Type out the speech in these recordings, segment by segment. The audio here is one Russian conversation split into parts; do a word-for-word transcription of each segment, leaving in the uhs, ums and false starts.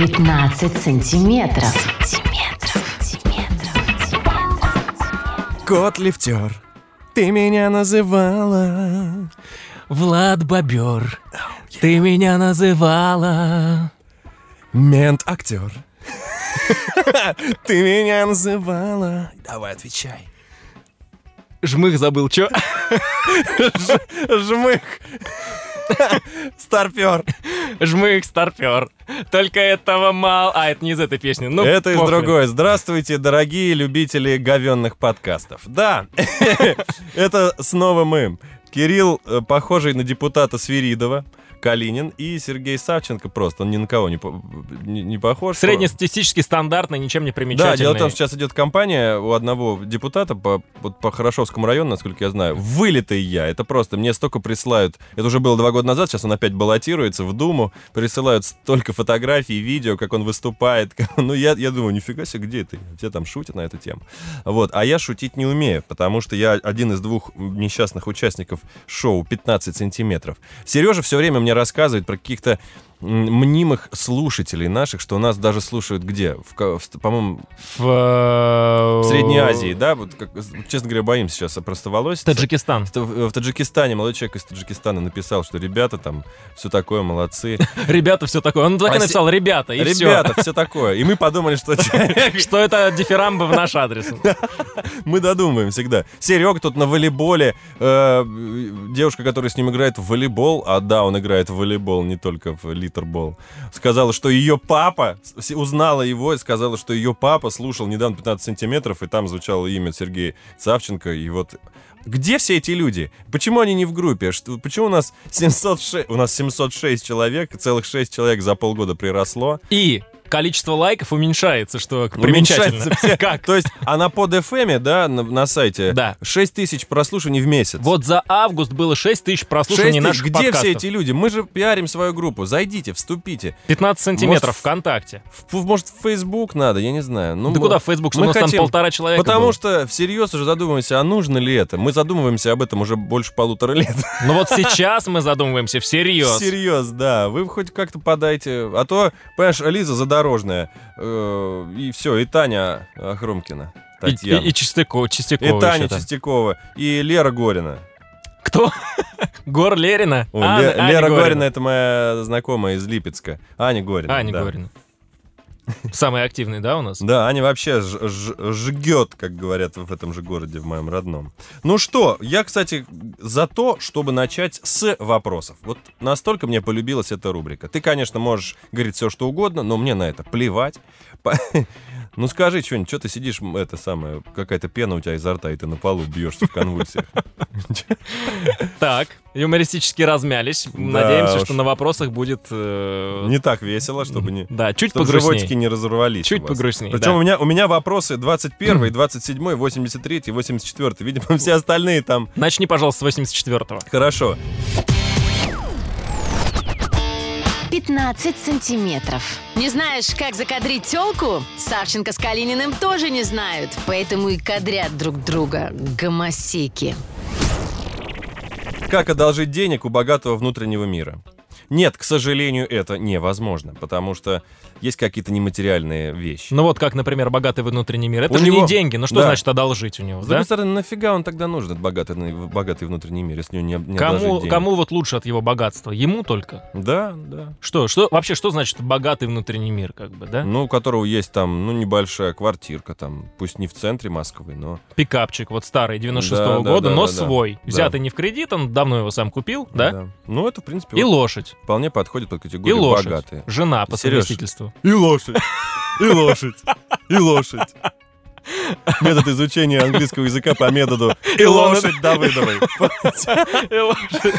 пятнадцать сантиметров. Кот-лифтер, ты меня называла. Влад Бобер, ты меня называла. Мент-актер, ты меня называла. Давай, отвечай. Жмых забыл, чё? Жмых. Старпер. Жмых, старпер. Только этого мало. А, это не из этой песни. Ну, это из похрен. другой. Здравствуйте, дорогие любители говенных подкастов. Да, это снова мы. Кирилл, похожий на депутата Свиридова, Калинин, и Сергей Савченко просто. Он ни на кого не, по, не, не похож. Среднестатистически стандартный, ничем не примечательный. Да, дело в том, что сейчас идет кампания у одного депутата по, вот по Хорошевскому району, насколько я знаю. Вылитый я. Это просто мне столько присылают. Это уже было два года назад, сейчас он опять баллотируется в Думу. Присылают столько фотографий, видео, как он выступает. Ну, я, я думаю, нифига себе, где ты? Все там шутят на эту тему. Вот. А я шутить не умею, потому что я один из двух несчастных участников шоу «пятнадцать сантиметров». Сережа все время мне рассказывает про каких-то мнимых слушателей наших, что нас даже слушают где? В, в, по-моему, в... в Средней Азии, да? Вот, как, честно говоря, боимся сейчас опростоволоситься. Таджикистан. В, в Таджикистане молодой человек из Таджикистана написал, что ребята там все такое, молодцы. Ребята, все такое. Он так и написал «ребята», и все. Ребята, все такое. И мы подумали, что... Что это дифирамбы в наш адрес. Мы додумываем всегда. Серега тут на волейболе. Девушка, которая с ним играет в волейбол, а да, он играет в волейбол, не только в литербол, сказала, что ее папа, узнала его и сказала, что ее папа слушал недавно пятнадцать сантиметров, и там звучало имя Сергея Савченко, и вот... Где все эти люди? Почему они не в группе? Что, почему у нас семьсот шесть, у нас семьсот шесть человек, целых шесть человек за полгода приросло? И количество лайков уменьшается, что примечательно. Все. Как? То есть, а на под эф эм, да, на, на сайте, да. шесть тысяч прослушаний в месяц. Вот за август было шесть тысяч прослушаний шесть наших Где подкастов. все эти люди? Мы же пиарим свою группу. Зайдите, вступите. пятнадцать сантиметров может, ВКонтакте. В, может, в Facebook надо, я не знаю. Ну, да мы, куда в Facebook, чтобы у нас хотим, там полтора человека Потому было. что всерьез уже задумываемся, а нужно ли это. Мы задумываемся об этом уже больше полутора лет. Ну вот сейчас мы задумываемся всерьез. Всерьез, да. Вы хоть как-то подайте. А то, понимаешь, Лиза Задорожная, э, и все, и Таня Ахромкина. И, и, и Чистякова, Чистякова. И Таня Чистякова, и Лера Горина. Кто? Гор Лерина? О, а, Ле- Лера Горина. Горина — это моя знакомая из Липецка. Аня Горина. Аня да. Горина. Самый активный, да, у нас? Да, Аня вообще ж- ж- жгет, как говорят в этом же городе, в моем родном. Ну что, я, кстати, за то, чтобы начать с вопросов. Вот настолько мне полюбилась эта рубрика. Ты, конечно, можешь говорить все, что угодно, но мне на это плевать. Ну скажи что-нибудь, что ты сидишь, это самое, какая-то пена у тебя изо рта, и ты на полу бьешься в конвульсиях. Так, юмористически размялись. Надеемся, что на вопросах будет... Не так весело, чтобы не... Да, чуть чтобы погрустнее. животики не разорвались. Чуть погрустнее, Причем у меня, у меня вопросы двадцать первый, двадцать седьмой, восемьдесят третий, восемьдесят четвёртый. Видимо, все остальные там... Начни, пожалуйста, с восемьдесят четвёртого. Хорошо. пятнадцать сантиметров. Не знаешь, как закадрить тёлку? Савченко с Калининым тоже не знают, поэтому и кадрят друг друга гомосеки. Как одолжить денег у богатого внутреннего мира? Нет, к сожалению, это невозможно, потому что есть какие-то нематериальные вещи. Ну вот как, например, богатый внутренний мир. Это у же него... не деньги. Ну что да. значит одолжить у него? С да? другой стороны, нафига он тогда нужен, этот богатый, богатый внутренний мир, если у него не, не кому, одолжить денег? Кому вот лучше от его богатства? Ему только? Да, да. Что? Что? Вообще, что значит богатый внутренний мир, как бы, да? Ну, у которого есть там, ну, небольшая квартирка, там, пусть не в центре Москвы, но... Пикапчик, вот старый, девяносто шестого да, года, да, но да, свой. Да. Взятый не в кредит, он давно его сам купил, да? да. Ну, это, в принципе... И вот лошадь. Вполне подходит под категорию и лошадь. Богатые. Жена по Сереж, совместительству. И лошадь. И лошадь. И лошадь. Метод изучения английского языка по методу «И лошадь Давыдовой». И лошадь.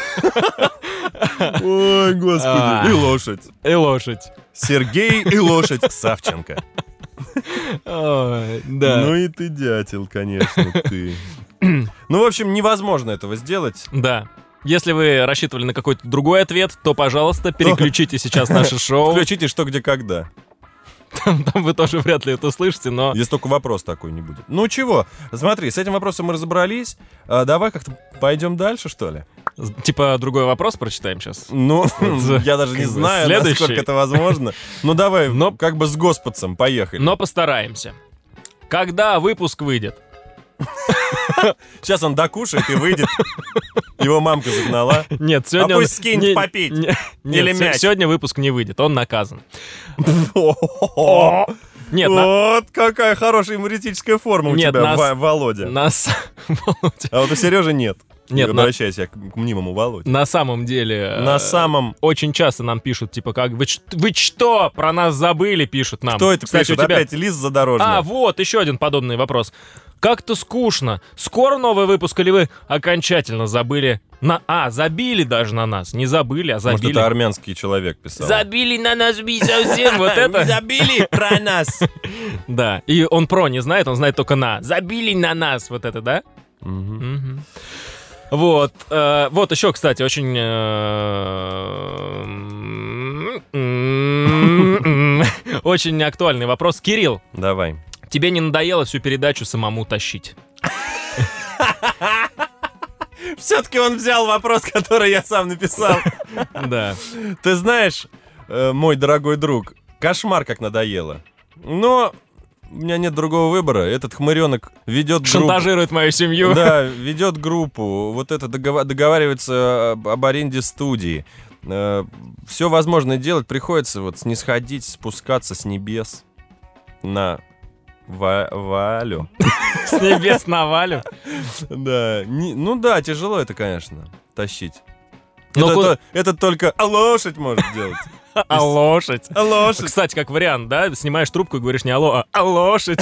Ой, господи. И лошадь. И лошадь. Сергей и лошадь Савченко. Ой, да. Ну и ты дятел, конечно, ты. Ну, в общем, невозможно этого сделать. Да. Если вы рассчитывали на какой-то другой ответ, то, пожалуйста, переключите сейчас наше шоу. Включите «Что, где, когда». Там, там вы тоже вряд ли это услышите, но... Если только вопрос такой не будет. Ну чего, смотри, с этим вопросом мы разобрались. А, давай как-то пойдем дальше, что ли? Типа другой вопрос прочитаем сейчас. Ну, Вот, я даже не как бы знаю, следующий. насколько это возможно. Ну, давай, Но- как бы с господцем, поехали. Но постараемся. Когда выпуск выйдет? Сейчас он докушает и выйдет. Его мамка загнала. Нет, сегодня А он... пусть скинет не- попить. не- Нет, Или се- мяч. сегодня выпуск не выйдет, он наказан. О, Нет, на- Вот какая хорошая юмористическая форма у Нет, тебя, нас- Ва- Володя. на с- Володя, А вот у Сережи нет. Нет, Не на- обращайся я к к мнимому Володе. на самом деле... На э, самом... Очень часто нам пишут, типа, как, вы, ч- вы что, про нас забыли, пишут нам. Кто это Кстати, пишет? у тебя... Опять лист задорожный. А, вот, еще один подобный вопрос. Как-то скучно. Скоро новый выпуск, или вы окончательно забыли на... А, забили даже на нас. Не забыли, а Может, забили. это армянский человек писал. Забили на нас би совсем, вот это. Забили про нас. Да, и он про не знает, он знает только на. Забили на нас, вот это, да? Мгм. Мгм. Вот, э, вот еще, кстати, очень... э, Очень актуальный вопрос. Кирилл, Давай. тебе не надоело всю передачу самому тащить? Все-таки он взял вопрос, который я сам написал. Да. Ты знаешь, э, мой дорогой друг, кошмар как надоело. Но у меня нет другого выбора. Этот хмыренок ведет группу. Шантажирует мою семью. Да, ведет группу. Вот это догова- договаривается об, об аренде студии. Все возможное делать. Приходится вот снисходить, спускаться с небес на Ва- Валю. С небес на Валю. Да, не- ну да, тяжело это, конечно, тащить. Но это, куда- то- это только а лошадь может делать. А лошадь? А лошадь. Кстати, как вариант, да? Снимаешь трубку и говоришь не алло, а а лошадь.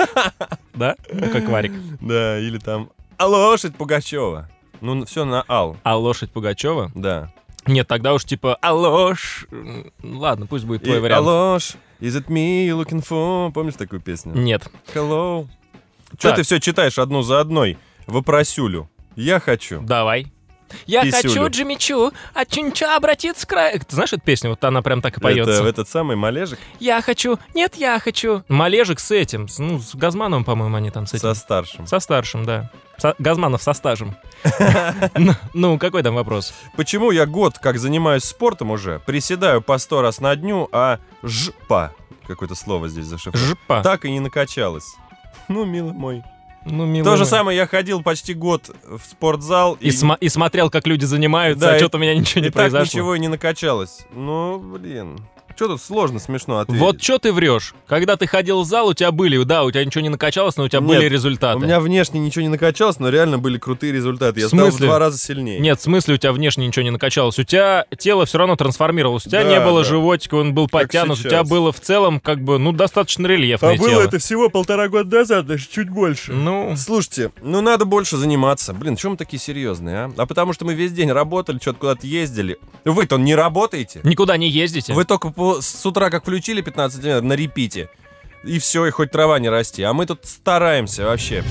Да? Ну, как Варик. Да, или там а лошадь Пугачева. Ну, все на ал. А лошадь Пугачева? Да. Нет, тогда уж типа а лошь. М, Ладно, пусть будет твой И, вариант. А ложь. Is it me you're looking for? Помнишь такую песню? Нет. Hello. Че Так. ты все читаешь одну за одной? Вопросюлю. Я хочу. Давай. Я Писюлю. хочу Джимми Чу, а Чунча обратиться к краю. Ты знаешь эту песню? Вот она прям так и поется. Это этот самый Малежик Я хочу, нет, я хочу. Малежик с этим, с, ну, с Газмановым, по-моему, они там с этим. со старшим. Со старшим, да. Со- Газманов со стажем. Ну, Ну, какой там вопрос? Почему я год как занимаюсь спортом уже, приседаю по сто раз на дню, а жпа, какое-то слово здесь зашифровано, Жпа. так и не накачалась? Ну, милый мой. Ну, милый То же мой. самое, я ходил почти год в спортзал, И, сма- и смотрел, как люди занимаются, Да, а и- что-то у меня ничего и не так произошло. ничего и не накачалось. Ну, блин. Что тут сложно, смешно ответить? Вот что ты врешь? Когда ты ходил в зал, у тебя были, да, у тебя ничего не накачалось, но у тебя Нет, были результаты. У меня внешне ничего не накачалось, но реально были крутые результаты. Я В стал в смысле? два раза сильнее. Нет, в смысле у тебя внешне ничего не накачалось. У тебя тело все равно трансформировалось. У тебя Да, не было да. животика, он был Как подтянут. У сейчас. тебя было в целом как бы, ну, достаточно рельефное А было тело. это всего полтора года назад, даже чуть больше. Ну, Слушайте, ну надо больше заниматься. Блин, чего мы такие серьезные, а? А потому что мы весь день работали, что-то куда-то ездили. Вы-то не работаете? никуда не ездите. Вы только по- с утра как включили пятнадцать минут на репите. И все, и хоть трава не расти. А мы тут стараемся вообще.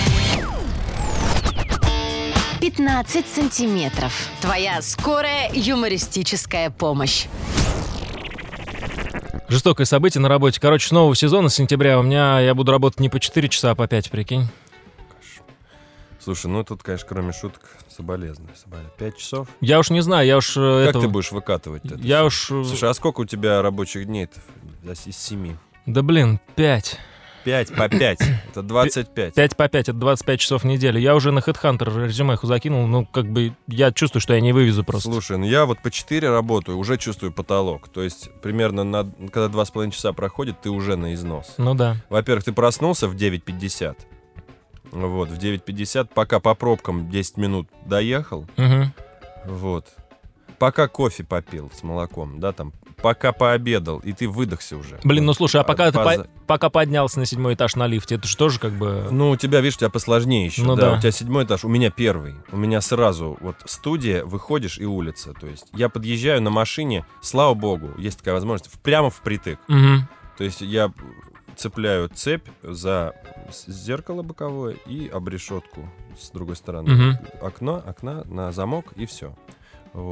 пятнадцать сантиметров. Твоя скорая юмористическая помощь. Жестокое событие на работе. Короче, с нового сезона, с сентября, у меня я буду работать не по четыре часа, а по пять, прикинь. Слушай, ну тут, конечно, кроме шуток, соболезную. соболезную. Пять часов? Я уж не знаю, я уж э, Как этого- ты будешь выкатывать это? Я уж... э, Слушай, а сколько у тебя рабочих дней-то из семи? Да блин, пять. Пять по пять. Это двадцать пять. пять по пять, это двадцать пять часов в неделю. Я уже на HeadHunter резюмеху закинул, ну, как бы, я чувствую, что я не вывезу просто. Слушай, ну я вот по четыре работаю, уже чувствую потолок. То есть примерно, на, когда два с половиной часа проходит, ты уже на износ. Ну да. Во-первых, ты проснулся в девять пятьдесят. Вот, в девять пятьдесят, пока по пробкам десять минут доехал. Мгм. Вот. Пока кофе попил с молоком, да, там, пока пообедал, и ты выдохся уже. Блин, ну слушай, а пока ты Поза- по- пока поднялся на седьмой этаж на лифте, это же тоже как бы... Ну, у тебя, видишь, у тебя посложнее еще. Ну да. да. У тебя седьмой этаж, у меня первый. У меня сразу вот студия, выходишь и улица. То есть я подъезжаю на машине, слава богу, есть такая возможность, в- прямо впритык. Мгм. То есть я цепляю цепь за с- зеркало боковое и обрешетку с другой стороны. Мгм. Окно, окна на замок и все. Вот.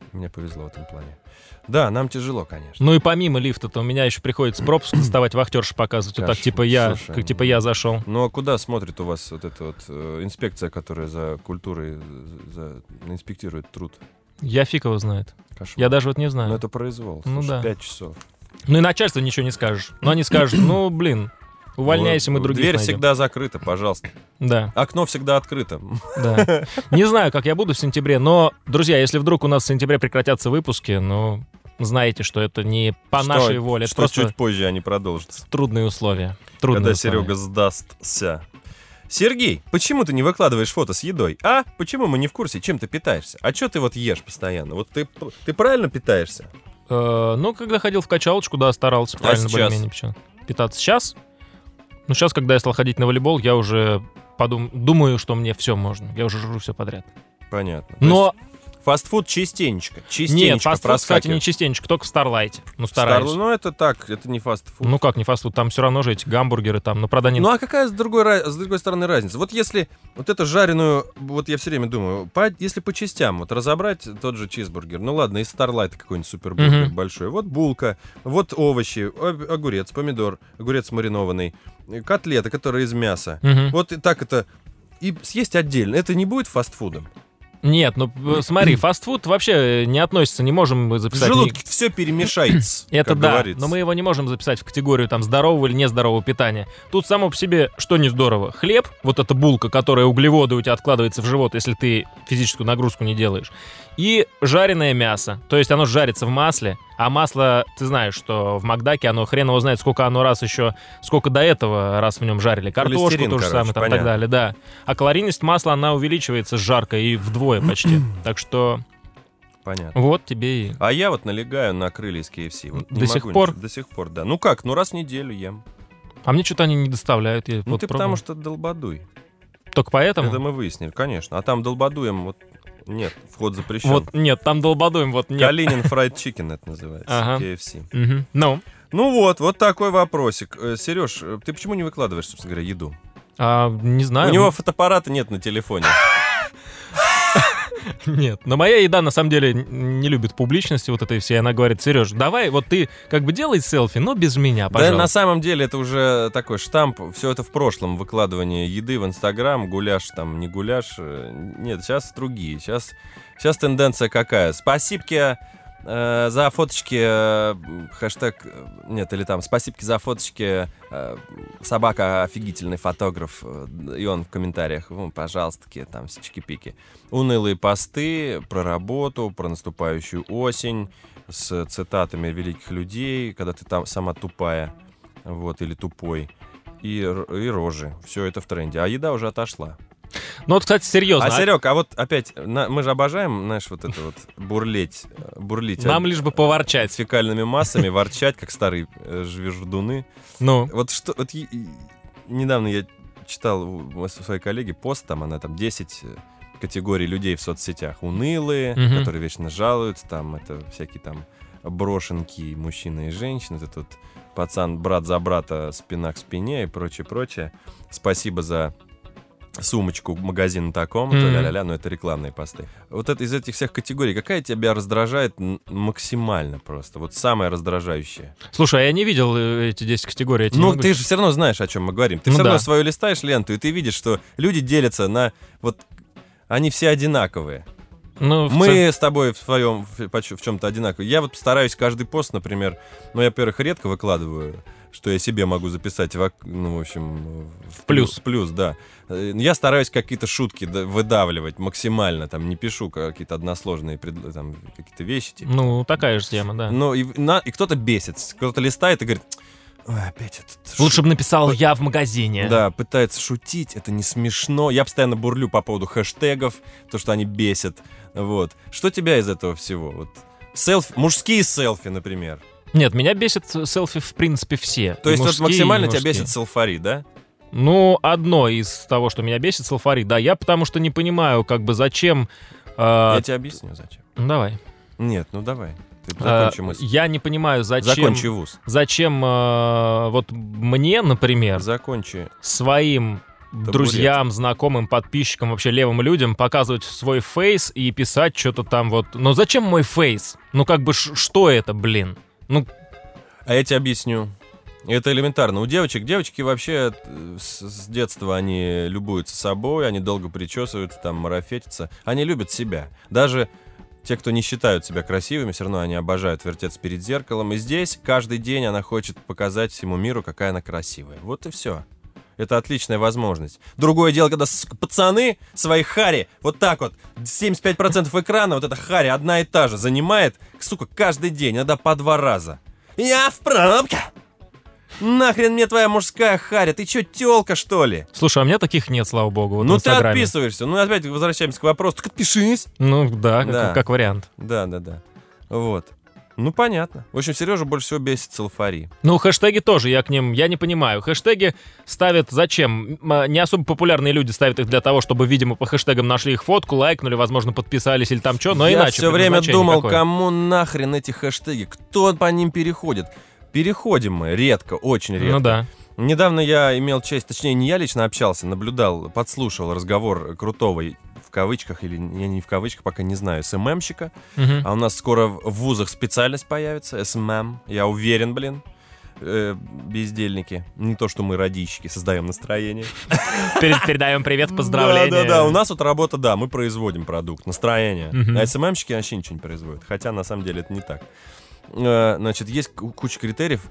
Мне повезло в этом плане. Да, нам тяжело, конечно. Ну и помимо лифта-то у меня еще приходится пропуск доставать, вахтерши показывать. Вот так, Конечно. типа я, Слушай, как типа я зашел. Ну а куда смотрит у вас вот эта вот э, инспекция, которая за культурой за, инспектирует труд? Я фиг его знает. Кошмар. Я даже вот не Ну знаю. это произвол. Ну Слушай, да. пять часов. Ну и начальство ничего не скажешь. Но они скажут, ну, блин, увольняйся, мы Ну, других Дверь найдем. всегда закрыта, пожалуйста. Да, Окно всегда открыто. да. Не знаю, как я буду в сентябре, но, друзья, если вдруг у нас в сентябре прекратятся выпуски, ну, знаете, что это не по Что- нашей воле, это Что просто чуть позже они продолжатся. трудные условия. Трудные Когда условия. Серега сдастся. Сергей, почему ты не выкладываешь фото с едой? А? Почему мы не в курсе, чем ты питаешься? А что ты вот ешь постоянно? Вот ты, ты правильно питаешься? Э, ну, когда ходил в качалочку, да, старался А правильно сейчас? более-менее печа- питаться. Сейчас? Ну, сейчас, когда я стал ходить на волейбол, я уже подум... думаю, что мне все можно. Я уже жру все подряд. Понятно. То Но есть фастфуд частенечко. Частенечко нет, фастфуд, кстати, не проскакивает. частенечко, только в Старлайте. Ну, Стар- стараюсь. Ну это так, это не фастфуд. Ну как не фастфуд, там все равно же эти гамбургеры там, ну, правда, не... Ну а какая с другой, ра- с другой стороны разница? Вот если вот эту жареную, вот я все время думаю, по- если по частям вот разобрать тот же чизбургер, ну ладно, из Старлайта какой-нибудь супербургер Мгм. большой, вот булка, вот овощи, о- огурец, помидор, огурец маринованный, э, котлета, которая из мяса. Мгм. Вот и так это, и съесть отдельно, это не будет фастфудом? Нет, ну э, смотри, фастфуд вообще не относится, не можем мы В записать... ни- желудке все перемешается, Это как да, говорится. но мы его не можем записать в категорию там здорового или нездорового питания. Тут само по себе что не здорово? Хлеб, вот эта булка, которая углеводы у тебя откладывается в живот, если ты физическую нагрузку не делаешь. И жареное мясо, то есть оно жарится в масле, а масло, ты знаешь, что в Макдаке оно хрен его знает, сколько оно раз еще, сколько до этого раз в нем жарили. Картошку Холестерин, то же короче, самое, там, и так понятно. далее, да. А калорийность масла, она увеличивается жарко и вдвое почти. Так что Понятно. вот тебе и... А я вот налегаю на крылья из кей эф си. Вот не До сих могу пор? ничего. До сих пор, да. Ну как, ну раз в неделю ем. А мне что-то они не доставляют. Я Ну вот ты пробовал. потому что долбодуй. Только поэтому? Это мы выяснили, конечно. А там долбодуем, вот нет, вход запрещен. Вот нет, там долбодуем, вот нет. Калинин Fried Chicken это называется, Ага. кей эф си. Мгм. Ну, Ну вот, вот такой вопросик. Э, Сереж, э, ты почему не выкладываешь, собственно говоря, еду? а, не знаю. У него фотоаппарата нет на телефоне. Нет, но моя еда на самом деле н- не любит публичности вот этой всей. Она говорит: Сереж, давай, вот ты как бы делай селфи, но без меня, Да, пожалуйста. на самом деле это уже такой штамп. Все это в прошлом. Выкладывание еды в Инстаграм, гуляш там, не гуляш. э, Нет, сейчас другие. Сейчас, сейчас тенденция какая? Спасибки э, за фоточки, э, хэштег, э, нет, или там, спасибки за фоточки, э, собака офигительный фотограф, э, и он в комментариях, ну, пожалуйста, там, сички-пики. Унылые посты про работу, про наступающую осень, с цитатами великих людей, когда ты там сама тупая, вот, или тупой, и, р- и рожи. Все это в тренде. А еда уже отошла. Ну вот, кстати, серьезно. А, Серег, а вот опять, на- мы же обожаем, знаешь, вот это вот бурлеть, э, бурлить Нам а, лишь бы с поворчать. фекальными массами, ворчать, как старые э, жвеждуны. Ну, Вот что, вот и- и недавно я читал у у своей коллеги пост, там она там десять э, категорий людей в соцсетях. Унылые, Мгм. которые вечно жалуются, там это всякие там брошенки, мужчины и женщины, это тут пацан брат за брата, спина к спине и прочее, прочее. Спасибо за сумочку магазин таком, то Мгм. ля-ля-ля, но это рекламные посты. Вот это из этих всех категорий, какая тебя раздражает н- максимально просто? Вот самая раздражающая. слушай, а я не видел э, эти десять категорий. я тебе не Ну, могу- ты же все равно знаешь, о чем мы говорим. Ты Ну все равно да. свою листаешь ленту, и ты видишь, что люди делятся на... Вот они все одинаковые. Ну, в Мы цел- с тобой в своем в, поч- в чем-то одинаковые. Я вот стараюсь каждый пост, например, ну, я, во-первых, редко выкладываю, что я себе могу записать, в, ок- ну, в общем... В плюс. В плюс, да. Э, Я стараюсь какие-то шутки да, выдавливать максимально, там, не пишу какие-то односложные пред- там, какие-то вещи, типа. Ну, такая же тема, да. Ну, и, на- и кто-то бесится, кто-то листает и говорит, ой, опять этот... Лучше бы написал я в магазине. Да, пытается шутить, это не смешно. Я постоянно бурлю по поводу хэштегов, то, что они бесят. Вот. Что тебя из этого всего? Вот. Селфи, мужские селфи, например. Нет, меня бесит селфи в принципе все. То И есть вот мужские, и максимально тебя мужские. бесит селфари, да? Ну, одно из того, что меня бесит, селфари. Да, я потому что не понимаю, как бы зачем... э, Я тебе объясню, зачем. Ну, давай. Нет, ну давай. Ты Э, закончи мысль. я не понимаю, зачем... Закончи вуз. Зачем э, вот мне, например, Закончи. своим друзьям, знакомым, подписчикам, вообще левым людям показывать свой фейс и писать что-то там вот. Но зачем мой фейс? Ну как бы ш- что это, блин? Ну... А я тебе объясню. Это элементарно. У девочек, девочки вообще с, с детства они любуются собой, они долго причесываются, там, марафетятся. Они любят себя. Даже те, кто не считают себя красивыми, все равно они обожают вертеться перед зеркалом. И здесь каждый день она хочет показать всему миру, какая она красивая. Вот и все. Это отличная возможность. Другое дело, когда сука, пацаны свои хари вот так вот, семьдесят пять процентов экрана, вот эта хари одна и та же занимает, сука, каждый день, иногда по два раза. Я в пробке. Нахрен мне твоя мужская харя? Ты чё, тёлка, что ли? Слушай, а у меня таких нет, слава богу, вот ну в Инстаграме. Ты отписываешься. Ну опять возвращаемся к вопросу. Так отпишись. Ну да, да. Как, как вариант. Да, да, да. Вот. Ну понятно. В общем, Сережа больше всего бесит салфари. Ну, хэштеги тоже, я к ним, я не понимаю. Хэштеги ставят зачем? Не особо популярные люди ставят их для того, чтобы, видимо, по хэштегам нашли их фотку, лайкнули, возможно, подписались или там что, но я иначе. все время думал, никакое. Кому нахрен эти хэштеги? Кто по ним переходит? Переходим мы редко, очень редко. Ну да. Недавно я имел честь, точнее, не я лично общался, наблюдал, подслушал разговор крутого, в кавычках, или я не в кавычках, пока не знаю, эс эм эм-щика. Угу. А у нас скоро в вузах специальность появится, эс эм эм, я уверен, блин. Э, бездельники. Не то, что мы радищики, создаем настроение. Передаем привет, поздравления. Да-да-да, у нас вот работа, да, мы производим продукт, настроение. А эс эм эм-щики вообще ничего не производят, хотя на самом деле это не так. Значит, есть куча критериев.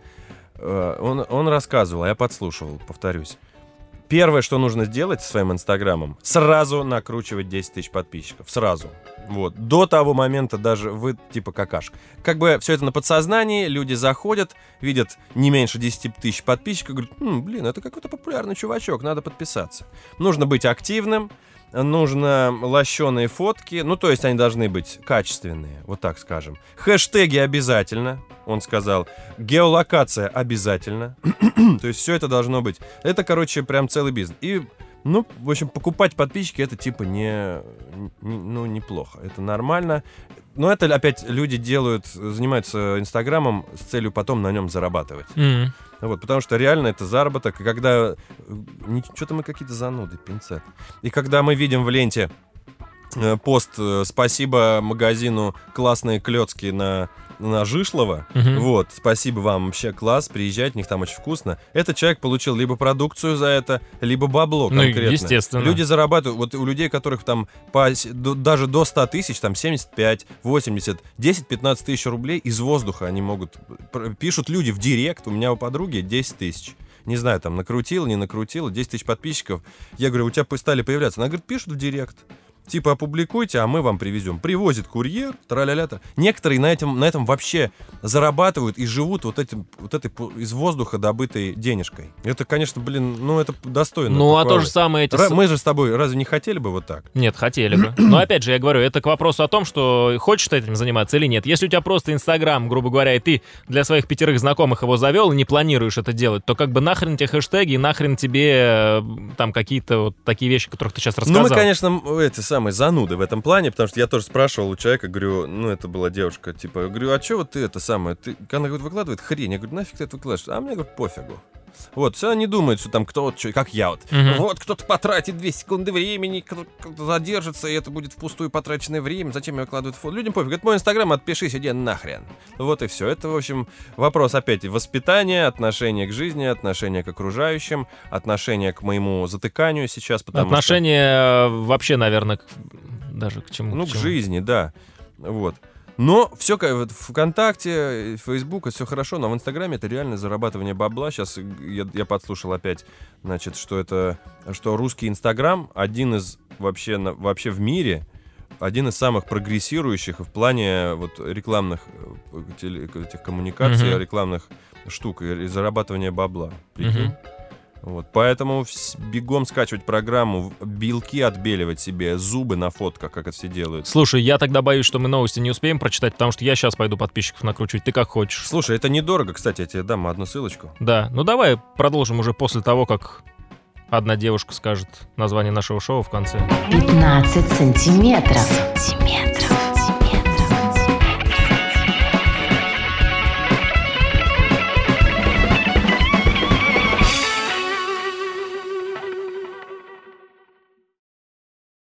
Он, он рассказывал, а я подслушивал, повторюсь. Первое, что нужно сделать со своим инстаграмом, сразу накручивать десять тысяч подписчиков. Сразу. Вот. До того момента даже вы типа какашка. Как бы все это на подсознании, люди заходят, видят не меньше десять тысяч подписчиков, говорят, М, блин, это какой-то популярный чувачок, надо подписаться. Нужно быть активным, нужно лощеные фотки, ну то есть они должны быть качественные, вот так скажем. Хэштеги обязательно, он сказал. Геолокация обязательно. То есть все это должно быть. Это, короче, прям целый бизнес. И, ну, в общем, покупать подписчики это типа не, не ну, неплохо. Это нормально. Но это опять люди делают, занимаются Инстаграмом с целью потом на нем зарабатывать. Mm-hmm. Вот, потому что реально это заработок. И когда... Что-то мы какие-то зануды, пинцет. И когда мы видим в ленте э, пост э, «Спасибо магазину классные клёцки на, на Жишлова». Mm-hmm. Вот, спасибо вам, вообще класс, приезжайте, у них там очень вкусно. Этот человек получил либо продукцию за это, либо бабло конкретно. Ну, естественно. Люди зарабатывают, вот у людей, которых там по, до, даже до ста тысяч, там семьдесят пять, восемьдесят, десять-пятнадцать тысяч рублей из воздуха они могут... Пишут люди в директ, у меня у подруги десять тысяч. Не знаю, там, накрутила, не накрутила, десять тысяч подписчиков. Я говорю, у тебя стали появляться. Она говорит, пишут в директ. Типа, опубликуйте, а мы вам привезем. Привозит курьер, тра-ля-ля-та. Некоторые на этом, на этом вообще зарабатывают и живут вот, этим, вот этой из воздуха добытой денежкой. Это, конечно, блин, ну это достойно. Ну, похвалы. а то же самое... Эти... Ра- мы же с тобой разве не хотели бы вот так? Нет, хотели бы. Но опять же, я говорю, это к вопросу о том, что хочешь ты этим заниматься или нет. Если у тебя просто Инстаграм, грубо говоря, и ты для своих пятерых знакомых его завел и не планируешь это делать, то как бы нахрен тебе хэштеги, нахрен тебе там какие-то вот такие вещи, которых ты сейчас рассказал. Ну, мы, конечно, эти самые зануды в этом плане, потому что я тоже спрашивал у человека, говорю, ну, это была девушка, типа, я говорю, а что вот ты это самое, ты, она говорит, выкладывает хрень, я говорю, нафиг ты это выкладываешь, а мне, говорит, пофигу. Вот, все они думают, что там кто вот, что, как я вот. Uh-huh. Вот, кто-то потратит две секунды времени, кто-то задержится, и это будет впустую потраченное время, зачем я выкладываю фото? Людям пофиг, говорит, мой инстаграм, отпишись, иди нахрен. Вот и все. Это, в общем, вопрос опять воспитания, отношения к жизни, отношения к окружающим, отношения к моему затыканию сейчас, потому отношения что... вообще, наверное, к... даже к чему? Ну, к, к чему? жизни, да. Вот. Но все, вот, ВКонтакте, Фейсбук, это все хорошо, но в Инстаграме это реально зарабатывание бабла. Сейчас я, я подслушал опять, значит, что это, что русский Инстаграм один из вообще, вообще в мире, один из самых прогрессирующих в плане вот рекламных этих коммуникаций, mm-hmm. рекламных штук и зарабатывания бабла. Прикинь? Mm-hmm. Вот, поэтому бегом скачивать программу, белки отбеливать себе, зубы на фотках, как это все делают. Слушай, я тогда боюсь, что мы новости не успеем прочитать, потому что я сейчас пойду подписчиков накручивать. Ты как хочешь. Слушай, это недорого, кстати, я тебе дам одну ссылочку. Да, ну давай продолжим уже после того, как одна девушка скажет название нашего шоу в конце. пятнадцать сантиметров. Сантиметров.